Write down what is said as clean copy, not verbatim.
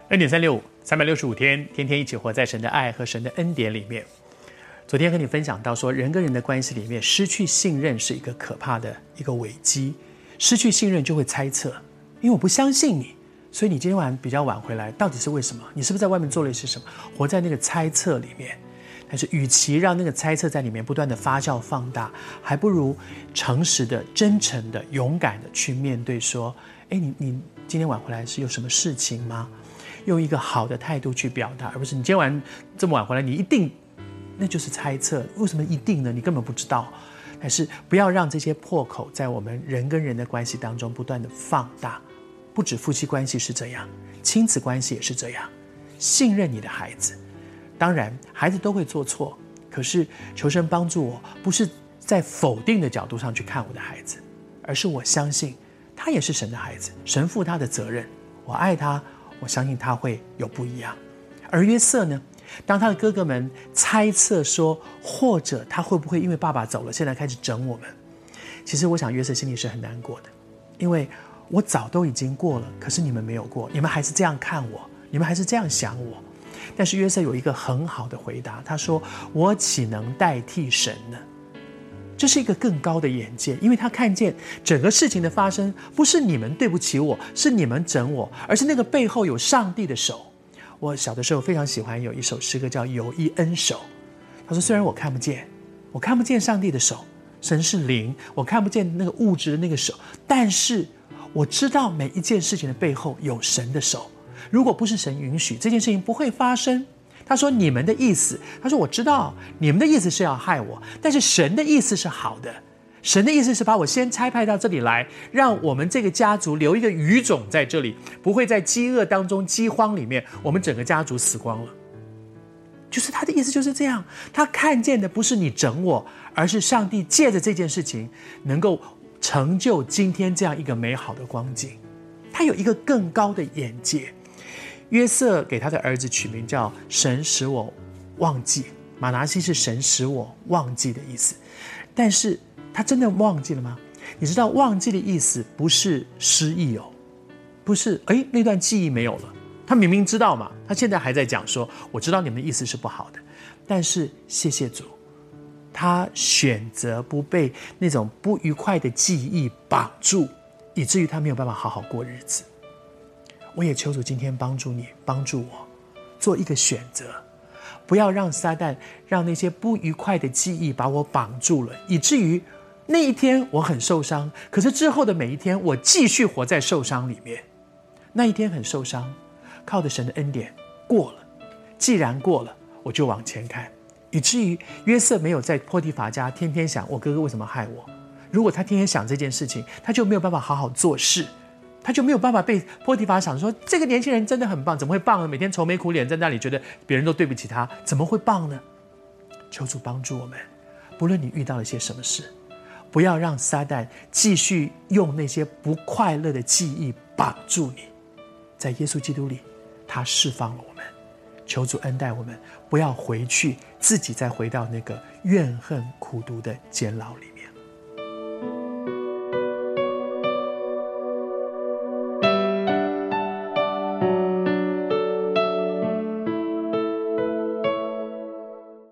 恩典365，365天，天天一起活在神的爱和神的恩典里面。昨天跟你分享到说，人跟人的关系里面，失去信任是一个可怕的一个危机。失去信任就会猜测，因为我不相信你，所以你今天晚比较晚回来，到底是为什么？你是不是在外面做了一些什么？活在那个猜测里面。但是与其让那个猜测在里面不断的发酵放大，还不如诚实的、真诚的、勇敢的去面对说，你今天晚回来是有什么事情吗？用一个好的态度去表达，而不是你今天晚这么晚回来，你一定，那就是猜测。为什么一定呢？你根本不知道。但是不要让这些破口在我们人跟人的关系当中不断的放大。不止夫妻关系是这样，亲子关系也是这样。信任你的孩子，当然孩子都会做错，可是求神帮助我，不是在否定的角度上去看我的孩子，而是我相信他也是神的孩子，神负他的责任，我爱他，我相信他会有不一样。而约瑟呢，当他的哥哥们猜测说，或者他会不会因为爸爸走了，现在开始整我们，其实我想约瑟心里是很难过的，因为我早都已经过了，可是你们没有过，你们还是这样看我，你们还是这样想我。但是约瑟有一个很好的回答，他说，我岂能代替神呢？这是一个更高的眼界，因为他看见整个事情的发生，不是你们对不起我，是你们整我，而是那个背后有上帝的手。我小的时候非常喜欢有一首诗歌叫有一恩手，他说，虽然我看不见上帝的手，神是灵，我看不见那个物质的那个手，但是我知道每一件事情的背后有神的手，如果不是神允许，这件事情不会发生。他说你们的意思，他说我知道你们的意思是要害我，但是神的意思是好的，神的意思是把我先差派到这里来，让我们这个家族留一个余种在这里，不会在饥饿当中饥荒里面我们整个家族死光了。就是他的意思就是这样，他看见的不是你整我，而是上帝借着这件事情能够成就今天这样一个美好的光景。他有一个更高的眼界。约瑟给他的儿子取名叫神使我忘记，马拿西是神使我忘记的意思。但是他真的忘记了吗？你知道忘记的意思不是失忆哦，不是那段记忆没有了，他明明知道嘛，他现在还在讲说我知道你们的意思是不好的，但是谢谢主，他选择不被那种不愉快的记忆绑住，以至于他没有办法好好过日子。我也求主今天帮助你，帮助我做一个选择，不要让撒旦让那些不愉快的记忆把我绑住了，以至于那一天我很受伤，可是之后的每一天我继续活在受伤里面。那一天很受伤，靠着神的恩典过了，既然过了，我就往前看，以至于约瑟没有在波提乏家天天想我哥哥为什么害我。如果他天天想这件事情，他就没有办法好好做事，他就没有办法被波提乏想说这个年轻人真的很棒，怎么会棒呢？每天愁眉苦脸在那里，觉得别人都对不起他，怎么会棒呢？求主帮助我们，不论你遇到了些什么事，不要让撒旦继续用那些不快乐的记忆绑住你。在耶稣基督里，他释放了我们。求主恩待我们，不要回去自己再回到那个怨恨苦毒的监牢里。